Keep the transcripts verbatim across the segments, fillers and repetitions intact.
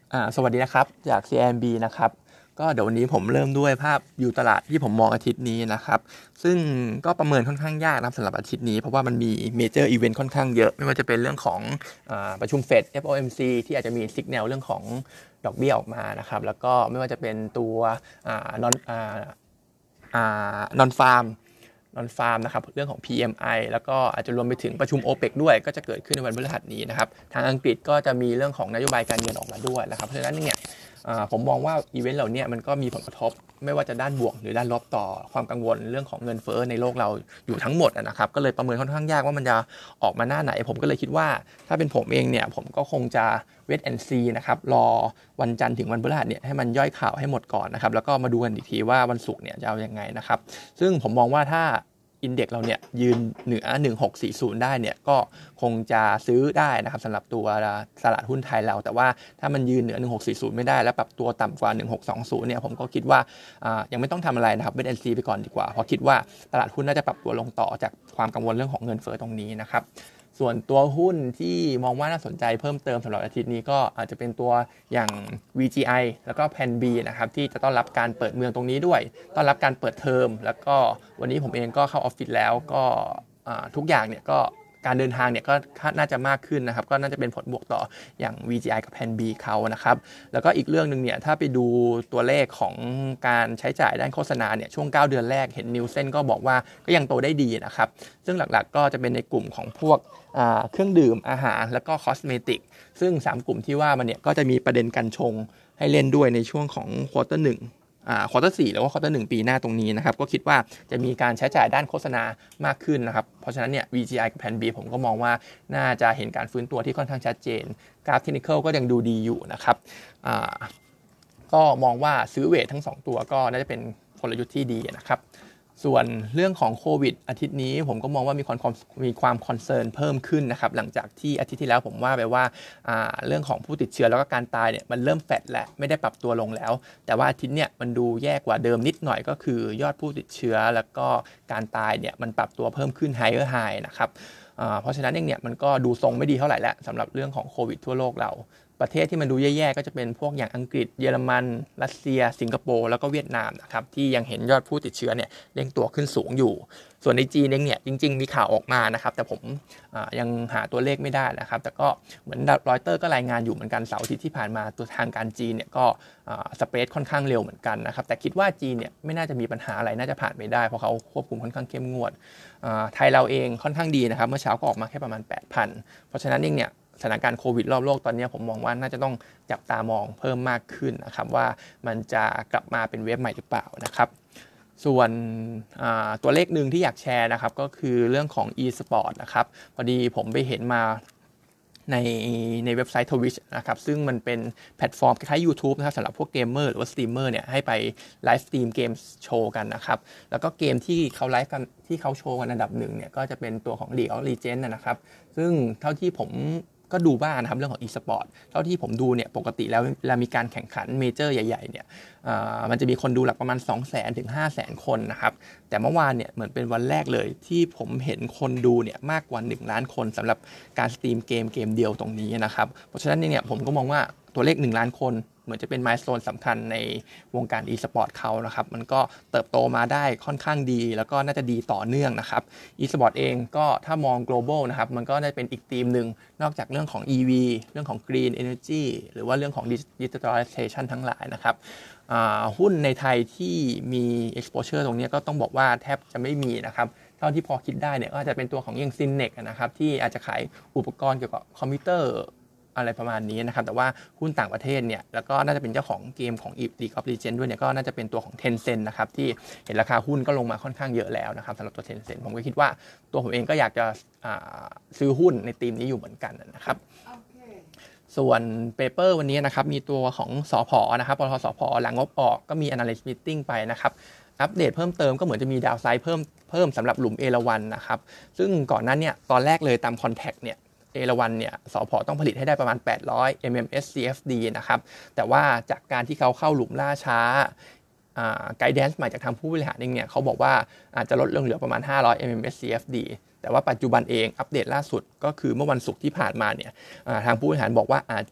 อ่าสวัสดีนะครับจาก ซี ไอ เอ็ม บี นะครับก็เดี๋ยววันนี้ผมเริ่มด้วยภาพอยู่ตลาดที่ผมมองอาทิตย์นี้นะครับซึ่งก็ประเมินค่อนข้างยากนะสำหรับอาทิตย์นี้เพราะว่ามันมีเมเจอร์อีเวนต์ค่อนข้างเยอะไม่ว่าจะเป็นเรื่องของอ่าประชุมเฟด เอฟ โอ เอ็ม ซี ที่อาจจะมีสัญญาณเรื่องของดอกเบี้ยออกมานะครับแล้วก็ไม่ว่าจะเป็นตัวอ่านอนอ่าอ่านอนฟาร์มนอนฟาร์มนะครับเรื่องของ พี เอ็ม ไอ แล้วก็อาจจะรวมไปถึงประชุม โอเปก ด้วยก็จะเกิดขึ้นในวันพฤหัสนี้นะครับทางอังกฤษก็จะมีเรื่องของนโยบายการเงินออกมาด้วยนะครับเพราะฉะนั้นเนี่ยผมมองว่าอีเวนต์เหล่านี้มันก็มีผลกระทบไม่ว่าจะด้านบวกหรือด้านลบต่อความกังวลเรื่องของเงินเฟ้อในโลกเราอยู่ทั้งหมดนะครับก็เลยประเมินค่อนข้างยากว่ามันจะออกมาหน้าไหนผมก็เลยคิดว่าถ้าเป็นผมเองเนี่ยผมก็คงจะเวทแอนด์ซีนะครับรอวันจันทร์ถึงวันพฤหัสเนี่ยให้มันย่อยข่าวให้หมดก่อนนะครับแล้วก็มาดูกันอีกทีว่าวันศุกร์เนี่ยจะเอายังไงนะครับซึ่งผมมองว่าถ้าอินเด็กซ์เราเนี่ยยืนเหนือหนึ่งพันหกร้อยสี่สิบได้เนี่ยก็คงจะซื้อได้นะครับสำหรับตัวตลาดหุ้นไทยเราแต่ว่าถ้ามันยืนเหนือหนึ่งพันหกร้อยสี่สิบไม่ได้แล้วปรับตัวต่ำกว่าหนึ่งพันหกร้อยยี่สิบเนี่ยผมก็คิดว่ายังไม่ต้องทำอะไรนะครับเวทแอนด์ซีไปก่อนดีกว่าเพราะคิดว่าตลาดหุ้นน่าจะปรับตัวลงต่อจากความกังวลเรื่องของเงินเฟ้อตรงนี้นะครับส่วนตัวหุ้นที่มองว่าน่าสนใจเพิ่มเติมสำหรับอาทิตย์นี้ก็อาจจะเป็นตัวอย่าง วี จี ไอ แล้วก็ Plan B นะครับที่จะต้อนรับการเปิดเมืองตรงนี้ด้วยต้อนรับการเปิดเทอมแล้วก็วันนี้ผมเองก็เข้าออฟฟิศแล้วก็ทุกอย่างเนี่ยก็การเดินทางเนี่ยก็น่าจะมากขึ้นนะครับก็น่าจะเป็นผลบวกต่ออย่าง วี จี ไอ กับ Plan B เขานะครับแล้วก็อีกเรื่องนึงเนี่ยถ้าไปดูตัวเลขของการใช้จ่ายด้านโฆษณาเนี่ยช่วงเก้าเดือนแรกเห็นนิวเซนก็บอกว่าก็ยังโตได้ดีนะครับซึ่งหลักๆก็จะเป็นในกลุ่มของพวกเครื่องดื่มอาหารแล้วก็คอสเมติกซึ่งสามกลุ่มที่ว่ามันเนี่ยก็จะมีประเด็นกันชงให้เล่นด้วยในช่วงของควอเตอร์หนึ่งอ่าควอเตอร์สี่หรือว่าควอเตอร์หนึ่งปีหน้าตรงนี้นะครับก็คิดว่าจะมีการใช้จ่ายด้านโฆษณามากขึ้นนะครับเพราะฉะนั้นเนี่ย วี จี ไอ กับ Plan B ผมก็มองว่าน่าจะเห็นการฟื้นตัวที่ค่อนข้างชัดเจนกราฟเทคนิคอลก็ยังดูดีอยู่นะครับอ่าก็มองว่าซื้อเวททั้งสองตัวก็น่าจะเป็นกลยุทธ์ที่ดีนะครับส่วนเรื่องของโควิดอาทิตย์นี้ผมก็มองว่ามีความมีความคอนเซิร์นเพิ่มขึ้นนะครับหลังจากที่อาทิตย์ที่แล้วผมว่าไปว่าเรื่องของผู้ติดเชื้อแล้วก็การตายเนี่ยมันเริ่มแฟดแล้วไม่ได้ปรับตัวลงแล้วแต่ว่าอาทิตย์เนี่ยมันดูแย่กว่าเดิมนิดหน่อยก็คือยอดผู้ติดเชื้อแล้วก็การตายเนี่ยมันปรับตัวเพิ่มขึ้น higher high นะครับเพราะฉะนั้นเองเนี่ยมันก็ดูทรงไม่ดีเท่าไหร่แล้วสำหรับเรื่องของโควิดทั่วโลกเราประเทศที่มันดูแย่ๆก็จะเป็นพวกอย่างอังกฤษเยอรมันรัสเซียสิงคโปร์แล้วก็เวียดนามนะครับที่ยังเห็นยอดผู้ติดเชื้อเนี่ยเร่งตัวขึ้นสูงอยู่ส่วนในจีนเองเนี่ยจริงๆมีข่าวออกมานะครับแต่ผมยังหาตัวเลขไม่ได้นะครับแต่ก็เหมือนรอยเตอร์ก็รายงานอยู่เหมือนกันเสาร์อาทิตย์ที่ผ่านมาตัวทางการจีนเนี่ยก็สเปรดค่อนข้างเร็วเหมือนกันนะครับแต่คิดว่าจีนเนี่ยไม่น่าจะมีปัญหาอะไรน่าจะผ่านไปได้เพราะเขาควบคุมค่อนข้างเข้มงวดไทยเราเองค่อนข้างดีนะครับเมื่อเช้าก็ออกมาแค่ประมาณ แปดพัน เพราะฉะนั้นเองเนี่ยสถานการณ์โควิดรอบโลกตอนนี้ผมมองว่าน่าจะต้องจับตามองเพิ่มมากขึ้นนะครับว่ามันจะกลับมาเป็นเวฟใหม่หรือเปล่านะครับส่วนตัวเลขหนึ่งที่อยากแชร์นะครับก็คือเรื่องของ e-sport นะครับพอดีผมไปเห็นมาในในเว็บไซต์ Twitch นะครับซึ่งมันเป็นแพลตฟอร์มคล้ายๆ YouTube นะครับสำหรับพวกเกมเมอร์หรือว่าสตรีมเมอร์เนี่ยให้ไปไลฟ์สตรีมเกมโชว์กันนะครับแล้วก็เกมที่เขาไลฟ์กันที่เขาโชว์กันอันดับหนึ่งเนี่ยก็จะเป็นตัวของ League of Legends นะครับซึ่งเท่าที่ผมก็ดูบ้างนะครับเรื่องของ e-sport เท่าที่ผมดูเนี่ยปกติแล้วเวลามีการแข่งขันเมเจอร์ใหญ่ๆเนี่ยมันจะมีคนดูหลักประมาณ สองแสน ถึง ห้าแสน คนนะครับแต่เมื่อวานเนี่ยเหมือนเป็นวันแรกเลยที่ผมเห็นคนดูเนี่ยมากกว่าหนึ่งล้านคนสำหรับการสตรีมเกมเกมเดียวตรงนี้นะครับเพราะฉะนั้นเนี่ยผมก็มองว่าตัวเลขหนึ่งล้านคนเหมือนจะเป็นมายสโตนสำคัญในวงการ e-sport เขานะครับมันก็เติบโตมาได้ค่อนข้างดีแล้วก็น่าจะดีต่อเนื่องนะครับ e-sport เองก็ถ้ามอง global นะครับมันก็ได้เป็นอีกธีมหนึ่งนอกจากเรื่องของ อี วี เรื่องของ green energy หรือว่าเรื่องของ digitalization ทั้งหลายนะครับหุ้นในไทยที่มี exposure ตรงนี้ก็ต้องบอกว่าแทบจะไม่มีนะครับเท่าที่พอคิดได้เนี่ยก็จะเป็นตัวของอย่าง Synnex นะครับที่อาจจะขายอุปกรณ์เกี่ยวกับคอมพิวเตอร์อะไรประมาณนี้นะครับแต่ว่าหุ้นต่างประเทศเนี่ยแล้วก็น่าจะเป็นเจ้าของเกมของ League of Legends ด้วยเนี่ยก็น่าจะเป็นตัวของ Tencent นะครับที่เห็นราคาหุ้นก็ลงมาค่อนข้างเยอะแล้วนะครับสำหรับตัว Tencent ผมก็คิดว่าตัวผมเองก็อยากจะซื้อหุ้นในธีมนี้อยู่เหมือนกันนะครับส่วนเปเปอร์วันนี้นะครับมีตัวของสผนะครับปตท.สผหลังงบออกก็มี Analyst Meeting ไปนะครับอัปเดตเพิ่มเติมก็เหมือนจะมีดาวไซด์เพิ่มเพิ่มสำหรับหลุมเอราวัณนะครับซึ่งก่อนหน้าเนี่ยตอนแรกเลยตามคอนแทคเนี่ยเอราวัณเนี่ยสผต้องผลิตให้ได้ประมาณแปดร้อย มิลลิเมตร ซี เอฟ ดี นะครับแต่ว่าจากการที่เขาเข้าหลุมล่าช้าไกด์แดนซ์ใหม่จากทางผู้บริหารเองเนี่ยเขาบอกว่าอาจจะลดลงเหลือประมาณห้าร้อย มิลลิเมตร ซี เอฟ ดี แต่ว่าปัจจุบันเองอัปเดตล่าสุดก็คือเมื่อวันศุกร์ที่ผ่านมาเนี่ยทางผู้บริหารบอกว่าอาจจะ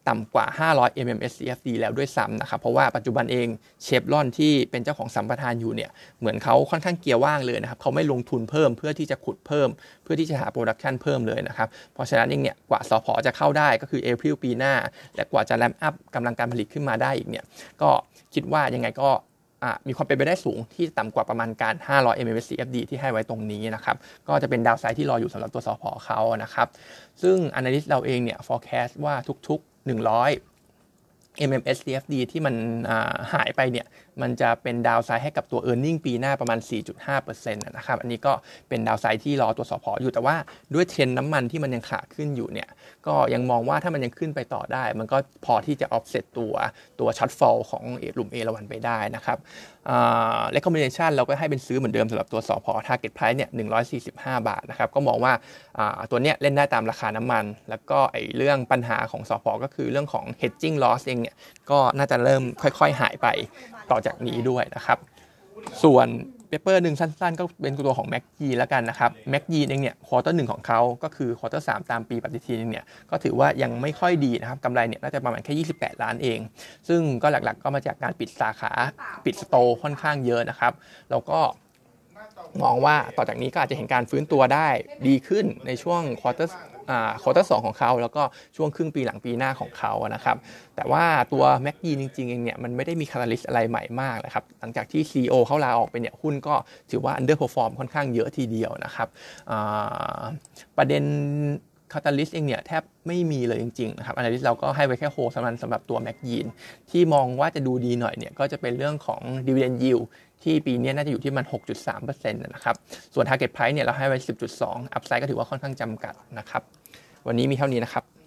ต่ำกว่าห้าร้อย เอ็ม เอ็ม เอส ซี เอฟ ดี แล้วด้วยซ้ำนะครับเพราะว่าปัจจุบันเองเชฟรอนที่เป็นเจ้าของสัมปทานอยู่เนี่ยเหมือนเขาค่อนข้างเกียร์ว่างเลยนะครับเขาไม่ลงทุนเพิ่มเพื่อที่จะขุดเพิ่มเพื่อที่จะหาโปรดักชันเพิ่มเลยนะครับเพราะฉะนั้นเองเนี่ยกว่าสผจะเข้าได้ก็คือเอพริลปีหน้าและกว่าจะแรมอัพกำลังการผลิตขึ้นมาได้อีกเนี่ยก็คิดว่ายังไงก็มีความเป็นไปได้สูงที่ต่ำกว่าประมาณการห้าร้อย เอ็ม เอ็ม เอส ซี เอฟ ดี ที่ให้ไว้ตรงนี้นะครับก็จะเป็นดาวไซด์ที่รออยู่สำหรับตัวสผเขานะครับซึ่ง Analyst เราเองเนี่ย forecast ว่าทุกๆหนึ่งร้อย เอ็ม เอ็ม เอส ซี เอฟ ดี ที่มันหายไปเนี่ยมันจะเป็นดาวไซด์ให้กับตัว earning ปีหน้าประมาณ สี่จุดห้าเปอร์เซ็นต์ นะครับอันนี้ก็เป็นดาวไซด์ที่รอตัวสผอยู่แต่ว่าด้วยเทรนด์น้ำมันที่มันยังขาขึ้นอยู่เนี่ยก็ยังมองว่าถ้ามันยังขึ้นไปต่อได้มันก็พอที่จะ offset ตัวตัว shortfall ของกลุ่ม เอ ราวัณไปได้นะครับอ่า recommendation เราก็ให้เป็นซื้อเหมือนเดิมสำหรับตัวสผ target price เนี่ยหนึ่งร้อยสี่สิบห้าบาทนะครับก็มองว่าอ่าตัวเนี้ยเล่นได้ตามราคาน้ำมันแล้วก็ไอ้เรื่องปัญหาของสผก็คือเรื่องของ hedging loss เองเนี่ยก็น่าจะเริ่มค่อยๆหายไปต่อจากนี้ด้วยนะครับส่วนเปเปอร์หนึ่งสั้นๆก็เป็นตัวของ แม็ก ยีน แล้วกันนะครับ แม็ก ยีน เองเนี่ยควอเตอร์หนึ่งของเขาก็คือควอเตอร์สามตามปีปฏิทินเนี่ยก็ถือว่ายังไม่ค่อยดีนะครับกำไรเนี่ยน่าจะประมาณแค่ยี่สิบแปดล้านเองซึ่งก็หลักๆก็มาจากการปิดสาขาปิดสโตร์ค่อนข้างเยอะนะครับแล้วก็มองว่าต่อจากนี้ก็อาจจะเห็นการฟื้นตัวได้ดีขึ้นในช่วงควอเตอร์อ่าควอเตอร์สองของเขาแล้วก็ช่วงครึ่งปีหลังปีหน้าของเขานะครับแต่ว่าตัวแม็กยีนจริงๆเองเนี่ยมันไม่ได้มีคาตาลิสต์อะไรใหม่มากนะครับหลังจากที่ ซี อี โอ เขาลาออกไปเนี่ยหุ้นก็ถือว่า underperform ค่อนข้างเยอะทีเดียวนะครับประเด็นคาตาลิสต์เองเนี่ยแทบไม่มีเลยจริงๆนะครับ Analyst เราก็ให้ไว้แค่โฮสำหรับสำหรับตัวแม็กยีนที่มองว่าจะดูดีหน่อยเนี่ยก็จะเป็นเรื่องของ dividend yield ที่ปีนี้น่าจะอยู่ที่มัน หกจุดสามเปอร์เซ็นต์ นะครับส่วน target price เนี่ยเราให้ไว้ สิบจุดสอง upside ก็ถือว่าค่อนข้างจำกัดนะครับวันนี้มีเท่านี้นะครับ